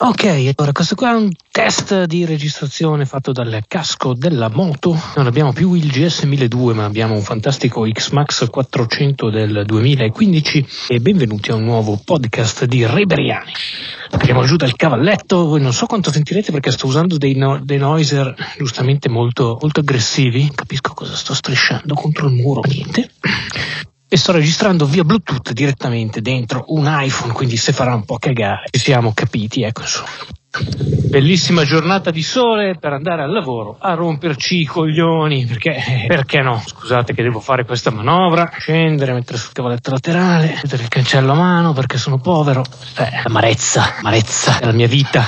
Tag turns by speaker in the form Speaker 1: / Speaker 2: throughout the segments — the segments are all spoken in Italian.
Speaker 1: Ok, allora questo qua è un test di registrazione fatto dal casco della moto. Non abbiamo più il GS 1002, ma abbiamo un fantastico X-Max 400 del 2015 e benvenuti a un nuovo podcast di Riberiani. Abbiamo giù dal cavalletto, voi non so quanto sentirete perché sto usando dei noiser giustamente molto aggressivi. Capisco cosa sto strisciando contro il muro, niente. E sto registrando via Bluetooth direttamente dentro un iPhone, quindi se farà un po' cagare ci siamo capiti, ecco insomma. Bellissima giornata di sole per andare al lavoro a romperci i coglioni, perché no? Scusate che devo fare questa manovra, scendere, mettere sul cavalletto laterale, mettere il cancello a mano perché sono povero. Amarezza della mia vita.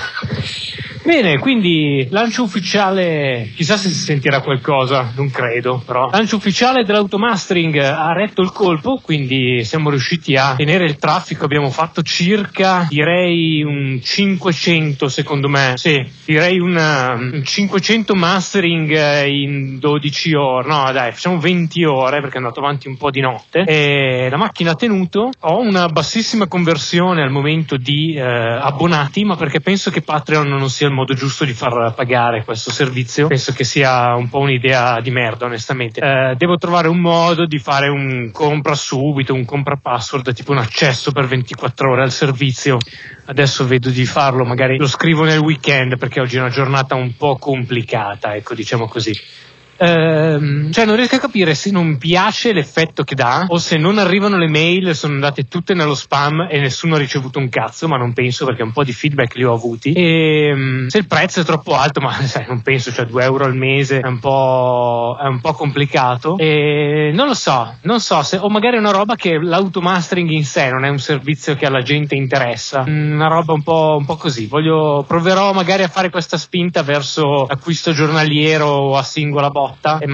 Speaker 1: Bene, quindi lancio ufficiale, chissà se si sentirà qualcosa, non credo, però lancio ufficiale dell'automastering ha retto il colpo, quindi siamo riusciti a tenere il traffico, abbiamo fatto circa, direi un 500 secondo me, sì, direi un 500 mastering in 12 ore, no dai, facciamo 20 ore perché è andato avanti un po' di notte e la macchina ha tenuto. Ho una bassissima conversione al momento di abbonati, ma perché penso che Patreon non sia il modo giusto di far pagare questo servizio, penso che sia un po' un'idea di merda onestamente. Devo trovare un modo di fare un compra subito, un compra password, tipo un accesso per 24 ore al servizio. Adesso vedo di farlo, magari lo scrivo nel weekend perché oggi è una giornata un po' complicata, ecco, diciamo così. Cioè non riesco a capire se non piace l'effetto che dà o se non arrivano le mail, sono andate tutte nello spam e nessuno ha ricevuto un cazzo, ma non penso perché un po' di feedback li ho avuti. E se il prezzo è troppo alto, ma sai, non penso, cioè 2 euro al mese è un po' complicato e non so se, o magari è una roba che l'automastering in sé non è un servizio che alla gente interessa, una roba un po' così. Proverò magari a fare questa spinta verso acquisto giornaliero o a singola botta,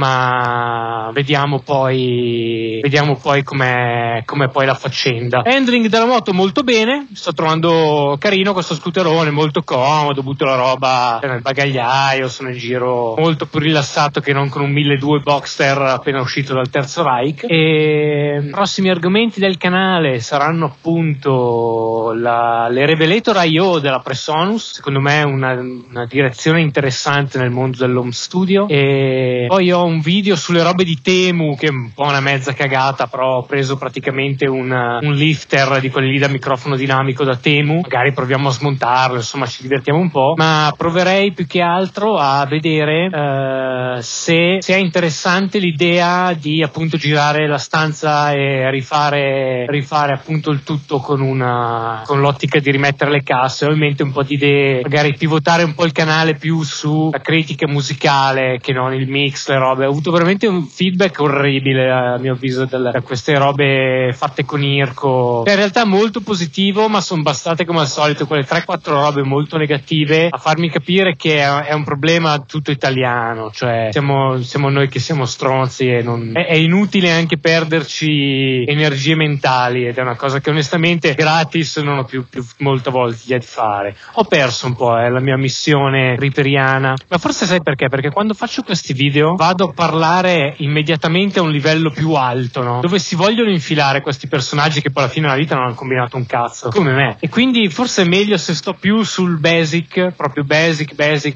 Speaker 1: ma vediamo poi com'è poi la faccenda. Handling della moto molto bene, sto trovando carino questo scooterone, molto comodo, butto la roba nel bagagliaio, sono in giro molto più rilassato che non con un 1200 Boxster appena uscito dal Terzo Reich. E prossimi argomenti del canale saranno appunto le Revelator I.O. della Presonus, secondo me è una direzione interessante nel mondo dell'home studio. E poi ho un video sulle robe di Temu che è un po' una mezza cagata, però ho preso praticamente un lifter di quelli lì da microfono dinamico da Temu, magari proviamo a smontarlo, insomma ci divertiamo un po', ma proverei più che altro a vedere se è interessante l'idea di appunto girare la stanza e rifare appunto il tutto con l'ottica di rimettere le casse, ovviamente un po' di idee, magari pivotare un po' il canale più sulla critica musicale che non il mix, le robe. Ho avuto veramente un feedback orribile a mio avviso da queste robe fatte con Irco, che in realtà è molto positivo, ma sono bastate come al solito quelle 3-4 robe molto negative a farmi capire che è un problema tutto italiano, cioè siamo noi che siamo stronzi e è inutile anche perderci energie mentali, ed è una cosa che onestamente gratis non ho più molta voglia di fare. Ho perso un po' la mia missione riperiana, ma forse sai perché? Perché quando faccio questi video vado a parlare immediatamente a un livello più alto, no? Dove si vogliono infilare questi personaggi che poi alla fine della vita non hanno combinato un cazzo, come me. E quindi forse è meglio se sto più sul basic, proprio basic,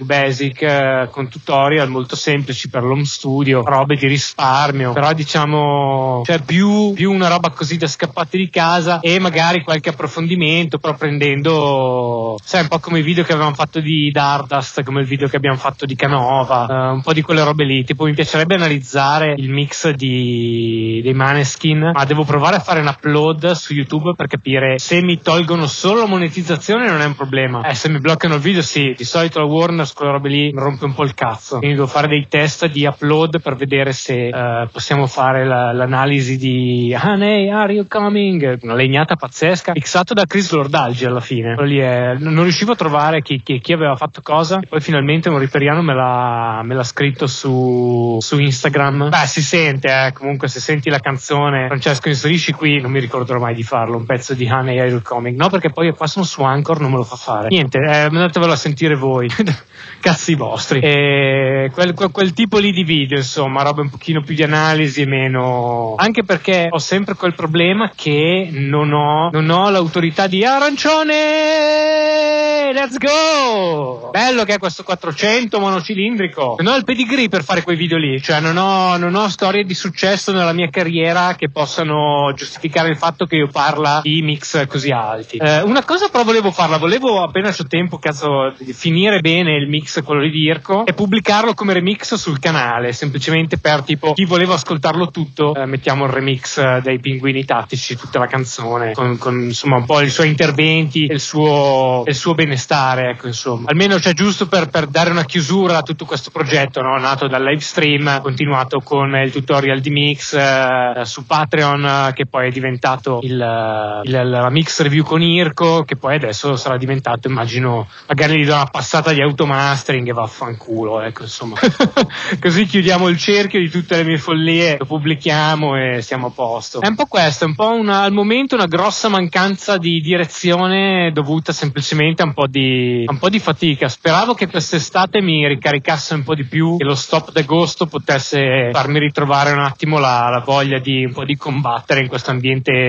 Speaker 1: con tutorial molto semplici per l'home studio, robe di risparmio, però diciamo, cioè più una roba così da scappati di casa e magari qualche approfondimento, però prendendo, sai, un po' come i video che avevamo fatto di Dardust, come il video che abbiamo fatto di Canova, un po' di quelle robe lì. Tipo mi piacerebbe analizzare il mix dei Maneskin, ma devo provare a fare un upload su YouTube per capire se mi tolgono solo la monetizzazione non è un problema, se mi bloccano il video sì, di solito la Warner su quelle robe lì mi rompe un po' il cazzo, quindi devo fare dei test di upload per vedere se possiamo fare l'analisi di Honey, are you coming? Una legnata pazzesca, mixato da Chris Lordalgi alla fine. Lì non riuscivo a trovare chi aveva fatto cosa, e poi finalmente un riperiano me l'ha scritto su Instagram. Beh, si sente, comunque se senti la canzone Francesco inserisci qui, non mi ricorderò mai di farlo, un pezzo di Honey, Are You Coming? No, perché poi qua sono su Anchor, non me lo fa fare. Niente, andatevelo a sentire voi. Cazzi vostri. E quel tipo lì di video, insomma, roba un pochino più di analisi e meno, anche perché ho sempre quel problema che non ho l'autorità di arancione, let's go! Bello che è questo 400 monocilindrico. Non ho il pedigree per fare quei video lì, cioè non ho storie di successo nella mia carriera che possano giustificare il fatto che io parla di mix così alti. Una cosa però volevo appena c'ho tempo, cazzo, di finire bene il mix quello lì di Irko e pubblicarlo come remix sul canale, semplicemente per tipo chi voleva ascoltarlo tutto, mettiamo il remix dei Pinguini Tattici, tutta la canzone con insomma un po' i suoi interventi e il suo benestare, ecco, insomma almeno c'è giusto per dare una chiusura a tutto questo progetto, no? Nato dal live stream, continuato con il tutorial di mix su Patreon, che poi è diventato la mix review con Irko, che poi adesso sarà diventato, immagino, magari gli do una passata di automastering e vaffanculo, ecco, insomma. Così chiudiamo il cerchio di tutte le mie follie, lo pubblichiamo e siamo a posto. È un po' questo, è un po' al momento una grossa mancanza di direzione dovuta semplicemente a un po' di fatica. Speravo che quest'estate mi ricaricasse un po' di più, che lo stop d'agosto potesse farmi ritrovare un attimo la voglia di un po' di combattere in questo ambiente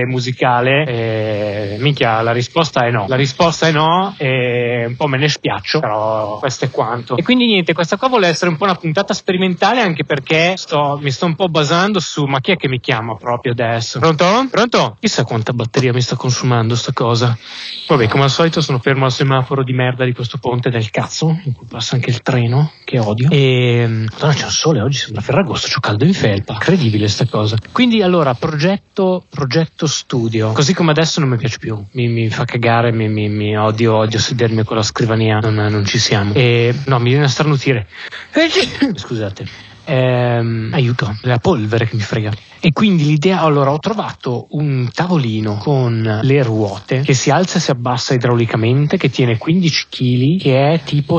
Speaker 1: musicale. Minchia, la risposta è no e un po' me ne spiaccio, però questo è quanto. E quindi niente, questa qua vuole essere un po' una puntata sperimentale, anche perché mi sto un po' basando su ma chi è che mi chiama proprio adesso. Pronto? Chissà quanta batteria mi sta consumando sta cosa. Vabbè, come al solito sono fermo al semaforo di merda di questo ponte del cazzo in cui passa anche il treno, che odio. E Madonna, c'è un sole oggi, sembra Ferragosto, c'ho caldo in felpa, incredibile sta cosa. Quindi allora progetto studio, così come adesso non mi piace più, mi fa cagare, mi odio sedermi con la scrivania, non ci siamo. No, mi viene a starnutire. Scusate. Aiuto, la polvere che mi frega. E quindi l'idea, allora ho trovato un tavolino con le ruote che si alza e si abbassa idraulicamente, che tiene 15 kg, che è tipo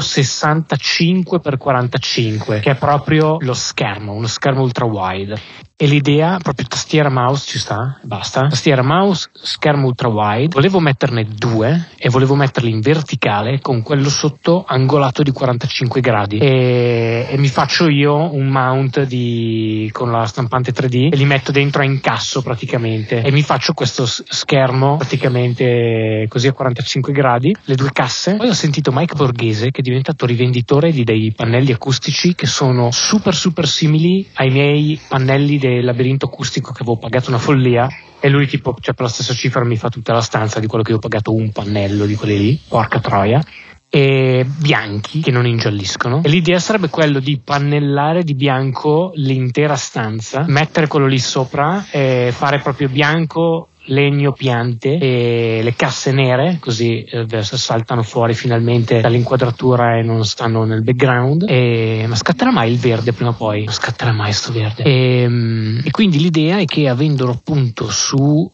Speaker 1: 65x45, che è proprio lo schermo, uno schermo ultra wide. E l'idea, proprio tastiera mouse, ci sta, basta, tastiera mouse, schermo ultra wide. Volevo metterne 2 e volevo metterli in verticale con quello sotto angolato di 45 gradi e mi faccio io un mount con la stampante 3D e li metto dentro a incasso praticamente e mi faccio questo schermo praticamente così a 45 gradi, le 2 casse. Poi ho sentito Mike Borghese, che è diventato rivenditore di dei pannelli acustici che sono super simili ai miei pannelli del labirinto acustico che avevo pagato una follia, e lui tipo, cioè per la stessa cifra mi fa tutta la stanza di quello che io ho pagato un pannello di quelli lì, porca troia, e bianchi che non ingialliscono. E l'idea sarebbe quello di pannellare di bianco l'intera stanza, mettere quello lì sopra e fare proprio bianco, legno, piante e le casse nere, così saltano fuori finalmente dall'inquadratura e non stanno nel background. Ma scatterà mai il verde prima o poi? Non scatterà mai sto verde. E quindi l'idea è che, avendolo appunto su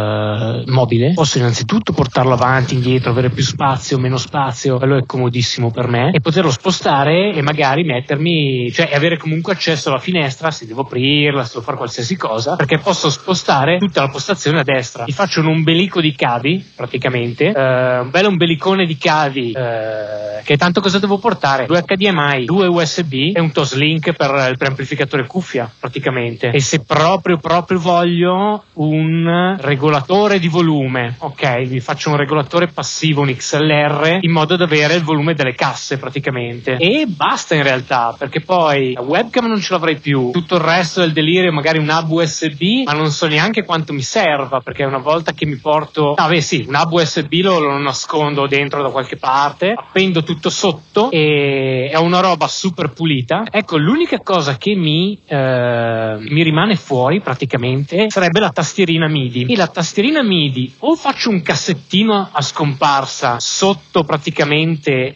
Speaker 1: mobile, posso innanzitutto portarlo avanti, indietro, avere più spazio, meno spazio, quello è comodissimo per me, e poterlo spostare e magari mettermi, cioè avere comunque accesso alla finestra se devo aprirla, se devo fare qualsiasi cosa, perché posso spostare tutta la postazione a destra. Mi faccio un ombelico di cavi praticamente, un bel ombelicone di cavi, che tanto cosa devo portare? 2 HDMI, 2 USB e un Toslink per il preamplificatore cuffia praticamente. E se proprio voglio un regolatore di volume, ok, vi faccio un regolatore passivo, un XLR, in modo da avere il volume delle casse praticamente. E basta in realtà, perché poi la webcam non ce l'avrei più, tutto il resto del delirio, magari un hub USB, ma non so neanche quanto mi serva, perché una volta che mi porto un hub USB lo nascondo dentro da qualche parte, appendo tutto sotto e è una roba super pulita. Ecco, l'unica cosa che mi rimane fuori praticamente sarebbe la tastierina MIDI. E la tastierina MIDI o faccio un cassettino a scomparsa sotto praticamente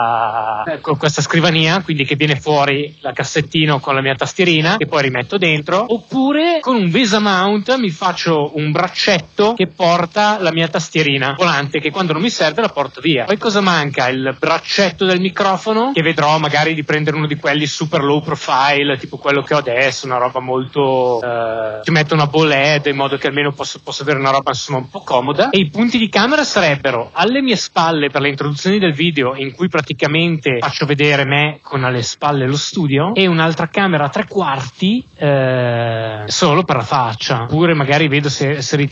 Speaker 1: con questa scrivania, quindi che viene fuori la cassettino con la mia tastierina che poi rimetto dentro, oppure con un VESA mount mi faccio un braccetto che porta la mia tastierina volante, che quando non mi serve la porto via. Poi cosa manca? Il braccetto del microfono, che vedrò magari di prendere uno di quelli super low profile, tipo quello che ho adesso, una roba molto ci metto una bow LED in modo che almeno posso avere una roba insomma un po' comoda. E i punti di camera sarebbero alle mie spalle per le introduzioni del video, in cui praticamente faccio vedere me con alle spalle lo studio, e un'altra camera a 3/4 solo per la faccia, oppure magari vedo se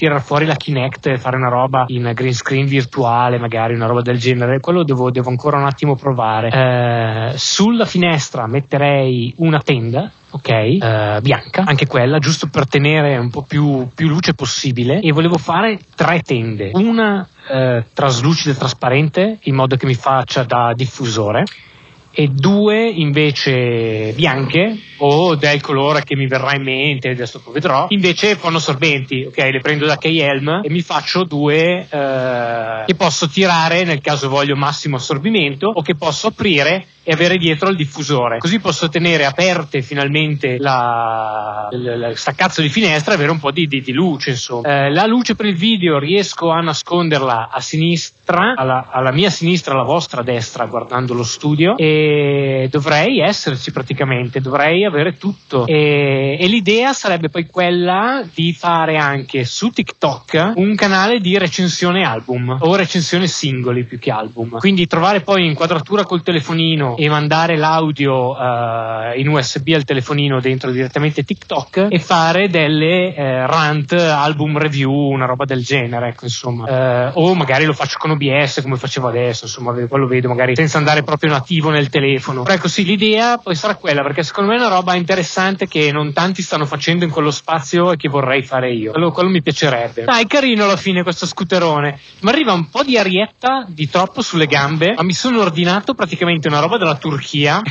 Speaker 1: tirar fuori la Kinect e fare una roba in green screen virtuale, magari una roba del genere. Quello devo ancora un attimo provare. Sulla finestra metterei una tenda, bianca, anche quella, giusto per tenere un po' più luce possibile, e volevo fare 3 tende, una traslucida e trasparente in modo che mi faccia da diffusore, e 2 invece bianche o del colore che mi verrà in mente, adesso poi vedrò, invece fonoassorbenti, le prendo da K-Helm e mi faccio 2 che posso tirare nel caso voglio massimo assorbimento, o che posso aprire e avere dietro il diffusore, così posso tenere aperte finalmente sta cazzo di finestra e avere un po' di luce, insomma. La luce per il video riesco a nasconderla a sinistra, alla mia sinistra, alla vostra destra, guardando lo studio, e dovrei esserci praticamente, dovrei avere tutto, e l'idea sarebbe poi quella di fare anche su TikTok un canale di recensione album o recensione singoli più che album, quindi trovare poi inquadratura col telefonino e mandare l'audio in USB al telefonino dentro direttamente TikTok e fare delle rant, album review, una roba del genere, ecco, insomma. O magari lo faccio con OBS come facevo adesso, insomma, quello vedo magari senza andare proprio nativo nel telefono. Però ecco, sì, l'idea poi sarà quella, perché secondo me è una roba interessante che non tanti stanno facendo in quello spazio e che vorrei fare io. Quello mi piacerebbe. È carino alla fine questo scooterone, mi arriva un po' di arietta di troppo sulle gambe, ma mi sono ordinato praticamente una roba della Turchia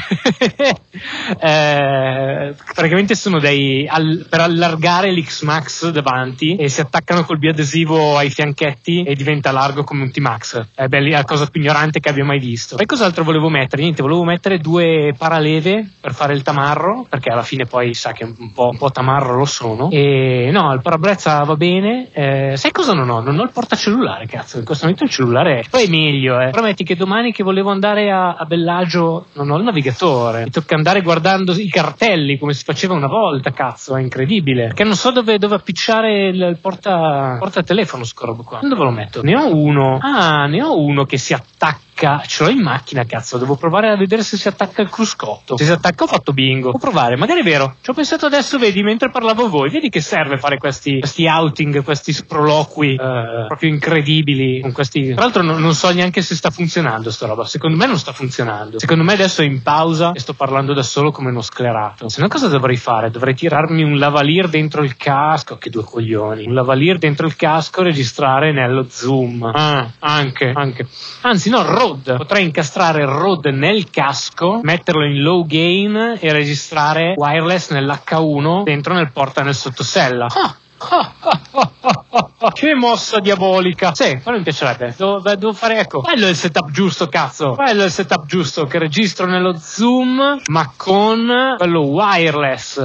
Speaker 1: praticamente sono per allargare l'X-Max davanti, e si attaccano col biadesivo ai fianchetti e diventa largo come un T-Max. È la cosa più ignorante che abbia mai visto. Poi cos'altro volevo mettere? Niente, volevo mettere 2 paraleve per fare il tamarro, perché alla fine poi sa che un po' tamarro lo sono. E no, il parabrezza va bene. Sai cosa non ho? Non ho il portacellulare, cazzo. In questo momento il cellulare poi è meglio, Prometti che domani che volevo andare a Bellagio non ho il navigatore, mi tocca andare guardando i cartelli come si faceva una volta, cazzo, è incredibile, perché non so dove appicciare il portatelefono, sto roba qua. Dove lo metto? Ne ho uno che si attacca, ce l'ho in macchina, cazzo, devo provare a vedere se si attacca al cruscotto. Se si attacca ho fatto bingo, devo provare, magari è vero, ci ho pensato adesso, vedi, mentre parlavo a voi, vedi che serve fare questi outing, questi sproloqui proprio incredibili con questi. Tra l'altro non so neanche se sta funzionando sta roba, secondo me non sta funzionando, secondo me adesso è in pausa e sto parlando da solo come uno sclerato. Se no cosa dovrei fare? Dovrei tirarmi un lavalier dentro il casco, che 2 coglioni, un lavalier dentro il casco e registrare nello Zoom. Anche anzi no, Rode, potrei incastrare il Rode nel casco, metterlo in low gain e registrare wireless nell'H1 dentro nel sottosella. Che mossa diabolica. Sì, quello mi piacerebbe. Devo fare, ecco, quello è il setup giusto, cazzo. Quello è il setup giusto, che registro nello Zoom ma con quello wireless.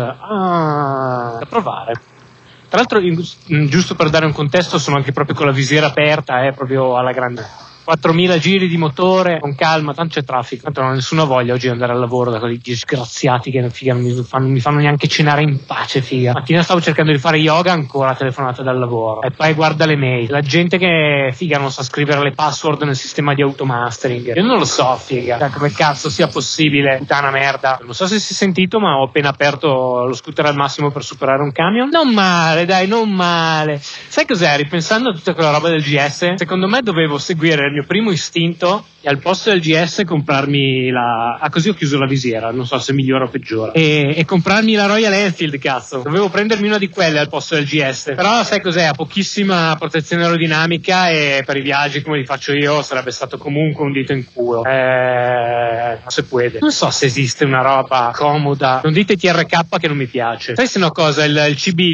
Speaker 1: Da provare. Tra l'altro, giusto per dare un contesto, sono anche proprio con la visiera aperta, proprio alla grande. 4.000 giri di motore, con calma, tanto c'è traffico, tanto non ho nessuna voglia oggi di andare al lavoro da quei disgraziati che non mi fanno neanche cenare in pace, figa. Mattina stavo cercando di fare yoga, ancora telefonata dal lavoro, e poi guarda le mail, la gente che, figa, non sa scrivere le password nel sistema di automastering. Io non lo so, figa, come cazzo sia possibile, puttana merda. Non so se si è sentito, ma ho appena aperto lo scooter al massimo per superare un camion. Non male, dai, non male. Sai cos'è? Ripensando a tutta quella roba del GS, secondo me dovevo seguire il mio primo istinto e al posto del GS comprarmi così ho chiuso la visiera, non so se migliora o peggiora, e comprarmi la Royal Enfield, cazzo. Dovevo prendermi una di quelle al posto del GS, però sai cos'è? Ha pochissima protezione aerodinamica e per i viaggi come li faccio io sarebbe stato comunque un dito in culo. Non si può. Non so se esiste una roba comoda, non dite TRK che non mi piace. Sai se no cosa? Il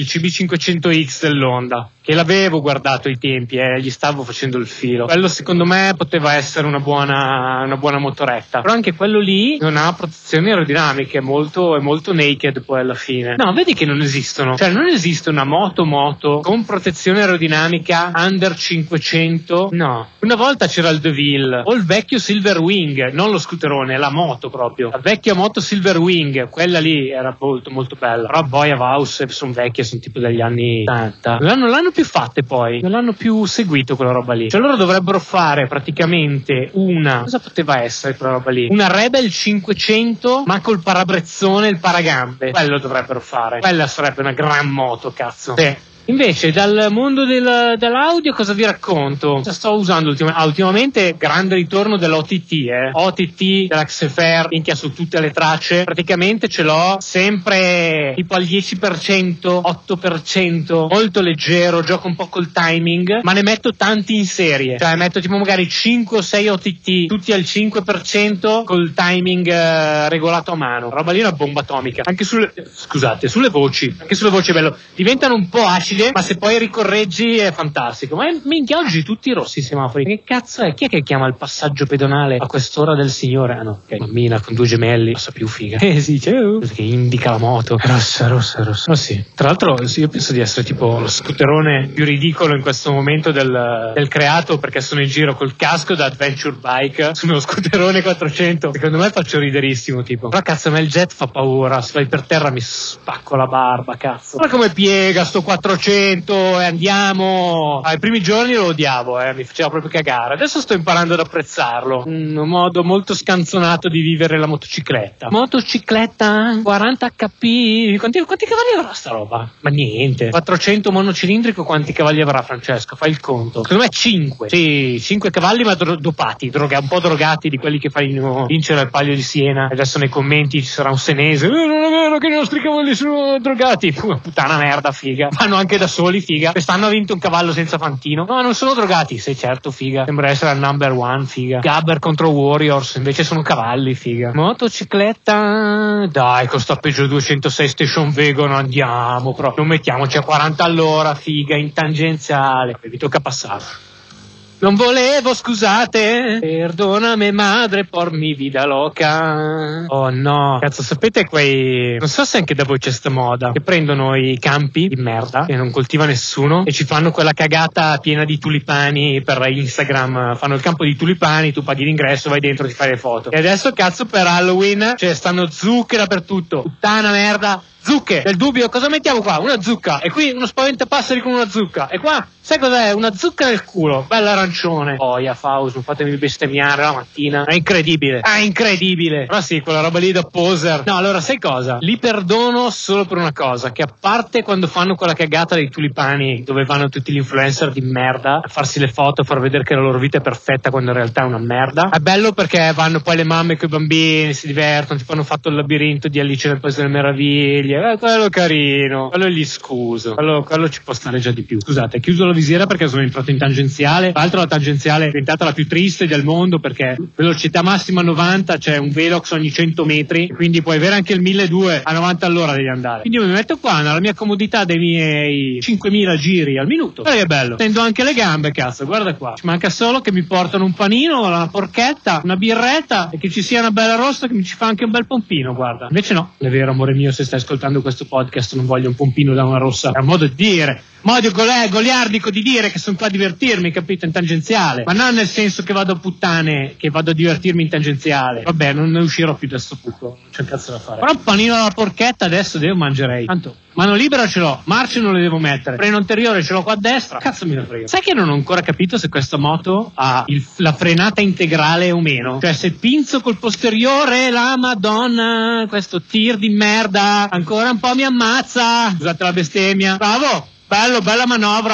Speaker 1: CB500X dell'Honda, che l'avevo guardato ai tempi, gli stavo facendo il filo. Quello secondo me poteva essere una buona motoretta, però anche quello lì non ha protezioni aerodinamiche, è molto naked poi alla fine. No, vedi che non esistono, cioè non esiste una moto con protezione aerodinamica under 500, no. Una volta c'era il DeVille o il vecchio Silverwing, non lo scooterone, la moto proprio, la vecchia moto Silverwing, quella lì era molto molto bella, però Boy House sono vecchie, sono tipo degli anni 80, non l'hanno più fatte, poi non l'hanno più seguito quella roba lì. Cioè loro dovrebbero fare praticamente cosa poteva essere quella roba lì? Una Rebel 500 ma col parabrezzone e il paragambe. Quello dovrebbero fare, quella sarebbe una gran moto, cazzo. Sì. Invece dal mondo dell'audio cosa vi racconto? Sto usando ultimamente grande ritorno dell'OTT, OTT della XFR, minchia, su tutte le tracce, praticamente ce l'ho sempre tipo al 10%, 8%, molto leggero, gioco un po' col timing, ma ne metto tanti in serie, cioè metto tipo magari 5 o 6 OTT, tutti al 5% col timing regolato a mano, roba lì è una bomba atomica, anche sulle voci è bello, diventano un po' acide, ma se poi ricorreggi è fantastico. Ma minchia, oggi tutti rossi i semafori. Che cazzo è? Chi è che chiama il passaggio pedonale a quest'ora del signore? Ah no, ok, mammina con 2 gemelli, cosa più figa. Sì, ciao. Che indica la moto. Rossa. Oh sì. Tra l'altro io penso di essere tipo lo scooterone più ridicolo in questo momento del creato, perché sono in giro col casco da adventure bike su uno scooterone 400. Secondo me faccio riderissimo, tipo. Però cazzo, a me il jet fa paura. Se vai per terra mi spacco la barba, cazzo. Ma come piega sto 400 e andiamo. Ai primi giorni lo odiavo, mi faceva proprio cagare. Adesso sto imparando ad apprezzarlo. Un modo molto scanzonato di vivere la motocicletta. 40 HP. Quanti cavalli avrà sta roba? Ma niente. 400 monocilindrico, quanti cavalli avrà, Francesco? Fai il conto. Secondo me 5. Sì, 5 cavalli, ma dopati, un po' drogati, di quelli che fanno vincere il Palio di Siena. Adesso nei commenti ci sarà un senese. Non è vero che i nostri cavalli sono drogati. Puttana merda, figa. Vanno anche da soli, figa. Quest'anno ha vinto un cavallo senza fantino. No, non sono drogati. Sì, certo, figa. Sembra essere il number one, figa. Gabber contro Warriors, invece sono cavalli, figa. Motocicletta. Dai, con sto Peugeot 206 Station Wagon andiamo, proprio. Non mettiamoci a 40 all'ora, figa, in tangenziale. Mi tocca passare. Non volevo, scusate, perdonami madre, pormi vida loca. Oh no, cazzo, sapete quei... Non so se anche da voi c'è sta moda, che prendono i campi di merda, che non coltiva nessuno, e ci fanno quella cagata piena di tulipani per Instagram. Fanno il campo di tulipani, tu paghi l'ingresso, vai dentro, ti fai le foto. E adesso, cazzo, per Halloween, cioè, stanno zucche dappertutto. Puttana merda. Zucche, nel dubbio, cosa mettiamo qua? Una zucca, e qui uno spaventapasseri con una zucca, e qua, sai cos'è? Una zucca nel culo, bella arancione. Oia, Faust, non fatemi bestemmiare la mattina, è incredibile. Però sì, quella roba lì da poser. No, allora, sai cosa? Li perdono solo per una cosa, che a parte quando fanno quella cagata dei tulipani, dove vanno tutti gli influencer di merda a farsi le foto, a far vedere che la loro vita è perfetta quando in realtà è una merda. È bello perché vanno poi le mamme con i bambini, si divertono, tipo hanno fatto il labirinto di Alice nel Paese delle Meraviglie. Quello carino, quello gli scuso, quello ci può stare già di più. Scusate, chiuso la visiera perché sono entrato in tangenziale. Tra l'altro la tangenziale è diventata la più triste del mondo, perché velocità massima 90, c'è un velox ogni 100 metri, quindi puoi avere anche il 1200 a 90 all'ora devi andare. Quindi io mi metto qua nella mia comodità dei miei 5000 giri al minuto. Guarda che bello, tendo anche le gambe, cazzo, guarda qua. Ci manca solo che mi portano un panino, una porchetta, una birretta, e che ci sia una bella rossa che mi ci fa anche un bel pompino, guarda. Invece no, è vero, amore mio, se stai ascoltando questo podcast non voglio un pompino da una rossa, è un modo di dire, modo goliardico di dire che sono qua a divertirmi, capito, in tangenziale, ma non nel senso che vado a puttane, che vado a divertirmi in tangenziale. Vabbè, non ne uscirò più da sto buco, non c'è cazzo da fare. Però un panino alla porchetta adesso mangerei, tanto mano libera ce l'ho, marce non le devo mettere, freno anteriore ce l'ho qua a destra, cazzo me ne frega. Sai che non ho ancora capito se questa moto ha la frenata integrale o meno, cioè se pinzo col posteriore, la madonna, questo tir di merda ancora un po' mi ammazza, scusate la bestemmia. Bravo, bella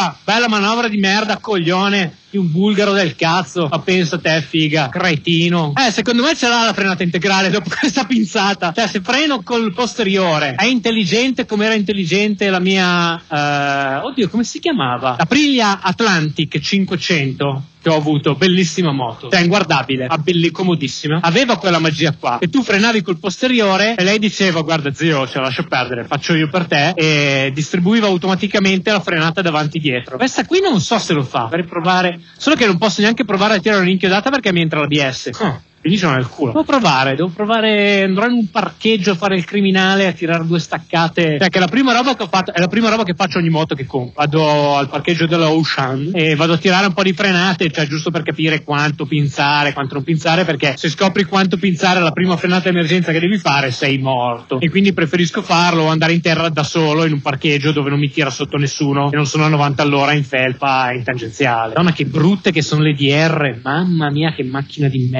Speaker 1: manovra di merda, coglione, di un bulgaro del cazzo. Ma pensa te, figa, cretino. Secondo me ce l'ha la frenata integrale dopo questa pinzata. Cioè, se freno col posteriore è intelligente come era intelligente la mia oddio, come si chiamava? L'Aprilia Atlantic 500 che ho avuto, bellissima moto, cioè inguardabile, comodissima, aveva quella magia qua, e tu frenavi col posteriore e lei diceva guarda zio, ce la lascio perdere, faccio io per te, e distribuiva automaticamente la frenata davanti dietro. Questa qui non so se lo fa, per provare, solo che non posso neanche provare a tirare un'inchiodata perché mi entra l'ABS. Quindi sono nel culo. Devo provare, andrò in un parcheggio a fare il criminale, a tirare 2 staccate. Cioè, che è la prima roba che ho fatto, è la prima roba che faccio ogni moto che compro. Vado al parcheggio della Ocean e vado a tirare un po' di frenate, cioè giusto per capire quanto pinzare, quanto non pinzare, perché se scopri quanto pinzare la prima frenata d'emergenza che devi fare, sei morto. E quindi preferisco farlo o andare in terra da solo in un parcheggio dove non mi tira sotto nessuno e non sono a 90 all'ora in felpa in tangenziale. Donna, che brutte che sono le DR, mamma mia, che macchina di merda.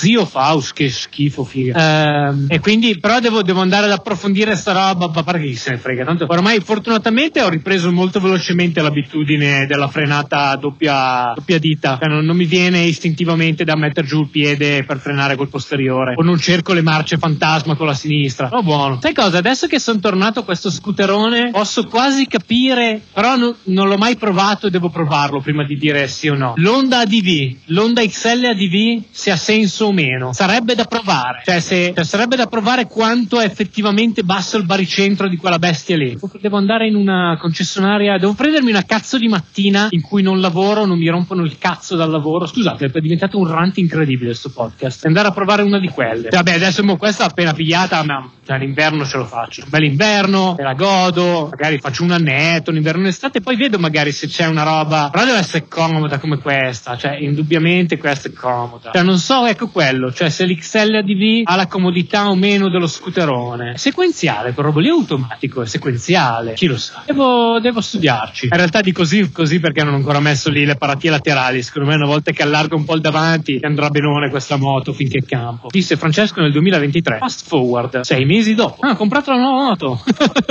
Speaker 1: zio Faust, che schifo, figa. E quindi però devo andare ad approfondire sta roba, ma perché chi se ne frega, tanto ormai fortunatamente ho ripreso molto velocemente l'abitudine della frenata doppia dita, cioè non mi viene istintivamente da mettere giù il piede per frenare col posteriore, o non cerco le marce fantasma con la sinistra. Oh, buono. Sai cosa, adesso che sono tornato a questo scooterone posso quasi capire, però non l'ho mai provato e devo provarlo prima di dire sì o no. L'Honda XL ADV, se ha senso o meno, sarebbe da provare, cioè sarebbe da provare quanto è effettivamente basso il baricentro di quella bestia lì. Devo andare in una concessionaria, devo prendermi una cazzo di mattina in cui non lavoro, non mi rompono il cazzo dal lavoro. Scusate, è diventato un rant incredibile sto podcast. Andare a provare una di quelle. Vabbè, adesso questa appena pigliata, ma cioè, l'inverno ce lo faccio. Un bel inverno, me la godo, magari faccio un annetto, un inverno, un'estate, poi vedo magari se c'è una roba, però deve essere comoda come questa, cioè indubbiamente questa è comoda. Cioè non so, ecco quello, cioè se l'XL ADV ha la comodità o meno dello scooterone. È sequenziale, quel robo lì è automatico, è sequenziale, chi lo sa. Devo studiarci. In realtà di così perché non ho ancora messo lì le paratie laterali. Secondo me una volta che allargo un po' il davanti andrà benone questa moto finché campo. Disse Francesco nel 2023. Fast forward, 6 mesi dopo. Ho comprato la nuova moto.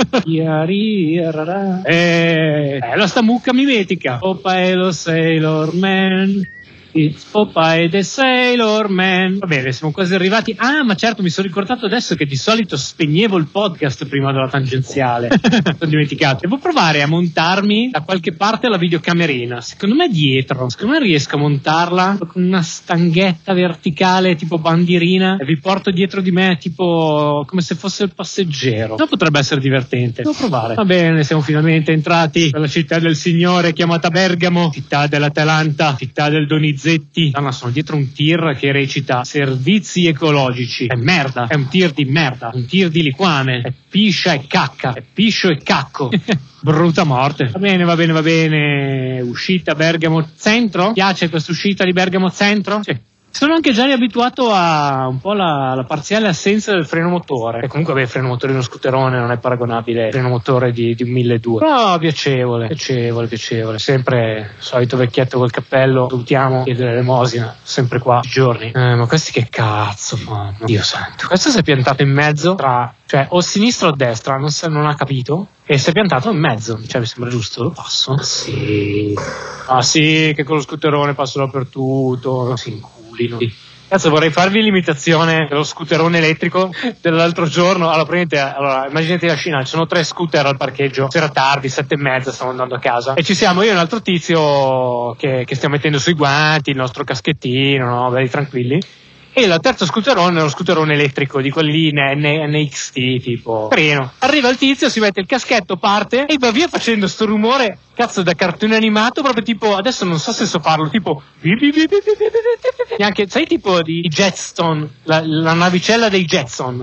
Speaker 1: La sta mucca mimetica. Popeye lo Sailor Man. It's Popeye the Sailor Man. Va bene, siamo quasi arrivati. Ah, ma certo, mi sono ricordato adesso che di solito spegnevo il podcast prima della tangenziale. Sono dimenticato. Devo provare a montarmi da qualche parte la videocamerina. Secondo me dietro. Secondo me riesco a montarla con una stanghetta verticale tipo bandierina e vi porto dietro di me tipo come se fosse il passeggero. No, potrebbe essere divertente. Devo provare. Va bene, siamo finalmente entrati nella città del Signore chiamata Bergamo, città dell'Atalanta, città del Donizetti. No, sono dietro un tir che recita servizi ecologici. È merda, è un tir di merda, un tir di liquame, è piscia e cacca, è piscio e cacco. Brutta morte. Va bene. Uscita Bergamo Centro? Piace questa uscita di Bergamo Centro? Sì. Sono anche già riabituato a un po' la parziale assenza del freno motore. E comunque, il freno motore di uno scooterone non è paragonabile al freno motore di un 1200. Però piacevole. Sempre il solito vecchietto col cappello. Salutiamo, chiedere l'elemosina. Sempre qua, tutti i giorni. Ma questi che cazzo fanno? Dio santo. Questo si è piantato in mezzo tra, cioè, o sinistra o destra, non ha capito. E si è piantato in mezzo, cioè mi sembra giusto, lo passo? Sì, che con lo scooterone passo dappertutto, si inculino. Cazzo, vorrei farvi l'imitazione dello scooterone elettrico dell'altro giorno. Allora, immaginate la scena, ci sono 3 scooter al parcheggio, c'era tardi, 7:30, stavo andando a casa e ci siamo io e un altro tizio che stiamo mettendo sui guanti, il nostro caschettino, no? Belli tranquilli. E il terzo scooterone è uno scooterone elettrico di quelli NXT tipo carino. Arriva il tizio, si mette il caschetto, parte e va via facendo sto rumore cazzo da cartone animato, proprio tipo, adesso non so se so farlo, tipo neanche, sai, tipo di Jetson, la navicella dei Jetson.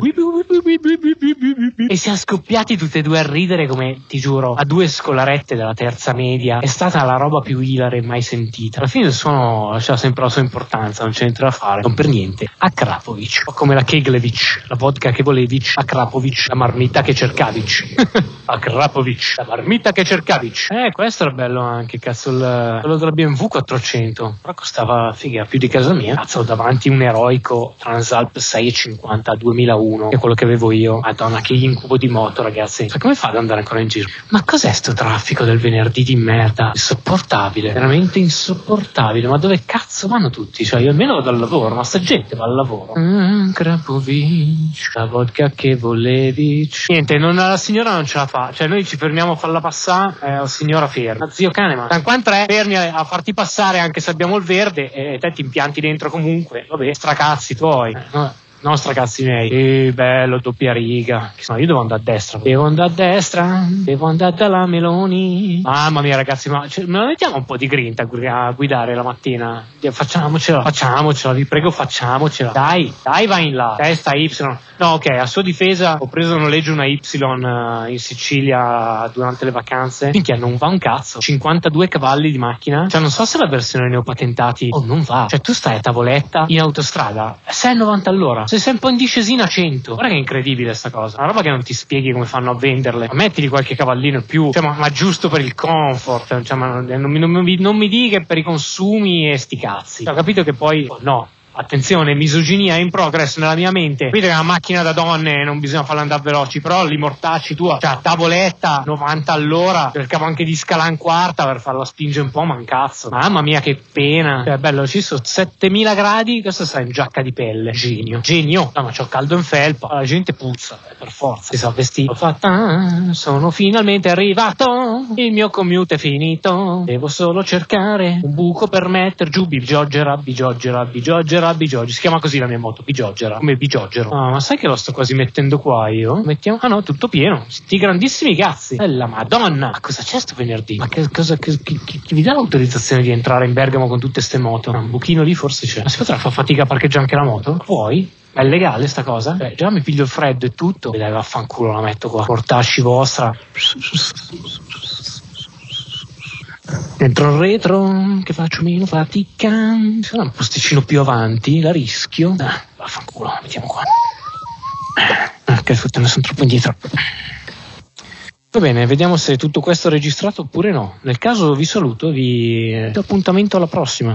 Speaker 1: E siamo scoppiati tutti e due a ridere come, ti giuro, a 2 scolarette della terza media. È stata la roba più ilare mai sentita. Alla fine il suono lasciava sempre la sua importanza, non c'è niente da fare, non per niente. Akrapovic, o come la Keglevich, la vodka che volevic, Akrapovic, la marmita che cercavic. Akrapovic, la marmita che cercavic. Questo era bello anche, cazzo, quello della BMW 400, però costava figa più di casa mia. Cazzo, davanti un eroico Transalp 650 2001, che è quello che avevo io. Madonna, che incubo di moto, ragazzi. Ma come fa ad andare ancora in giro? Ma cos'è sto traffico del venerdì di merda? Insopportabile, veramente insopportabile. Ma dove cazzo vanno tutti? Cioè, io almeno vado al lavoro, ma sta gente va al lavoro. Krapovic, la vodka che volevi. Niente, la signora non ce la fa. Cioè, noi ci fermiamo a farla passare, la signora ferma. Zio cane, ma San 3 fermi a farti passare anche se abbiamo il verde e te ti impianti dentro comunque. Vabbè, stracazzi tuoi. No, stracazzi miei. Bello, doppia riga. No, io devo andare a destra. Devo andare dalla Meloni. Mamma mia, ragazzi, ma me la mettiamo un po' di grinta a guidare la mattina. Facciamocela, vi prego, facciamocela. Dai, vai in là. Testa Y. No, ok, a sua difesa ho preso a noleggio una Y in Sicilia durante le vacanze. Minchia, non va un cazzo. 52 cavalli di macchina. Cioè, non so se la versione neopatentati non va. Cioè, tu stai a tavoletta in autostrada 6,90 all'ora. Se sei un po' in discesina 100. Guarda che è incredibile sta cosa. Una roba che non ti spieghi come fanno a venderle. Mettili qualche cavallino in più. Cioè, ma giusto per il comfort. Cioè, ma non mi dica per i consumi e sti cazzi. Ho capito che poi no. attenzione, misoginia in progress nella mia mente. Vedi che è una macchina da donne, non bisogna farla andare veloci, però li mortacci tua, cioè a tavoletta 90 all'ora, cercavo anche di scalare in quarta per farla spingere un po', ma un cazzo, mamma mia che pena, cioè bello, ci sono 7000 gradi, questo sta in giacca di pelle, genio, no ma c'ho caldo in felpa, la gente puzza, per forza, si sa vestire, ho fatto, sono finalmente arrivato, il mio commute è finito, devo solo cercare un buco per metter giù Bigiogera, si chiama così la mia moto, Bigiogera, come Bigiogero. Ma sai che lo sto quasi mettendo qua io? Mettiamo, no, tutto pieno, sti grandissimi cazzi, la madonna, ma cosa c'è sto venerdì? Ma che cosa, chi vi dà l'autorizzazione di entrare in Bergamo con tutte ste moto? Un buchino lì forse c'è, ma si potrà far fatica a parcheggiare anche la moto? Puoi? È legale sta cosa? Già mi piglio il freddo e tutto. Dai, vaffanculo, la metto qua. Portasci vostra. Dentro il retro, che faccio meno fatica. Se no un posticino più avanti, la rischio. Vaffanculo, la mettiamo qua. Che sono troppo indietro. Va bene, vediamo se tutto questo è registrato oppure no. Nel caso vi saluto, vi do appuntamento alla prossima.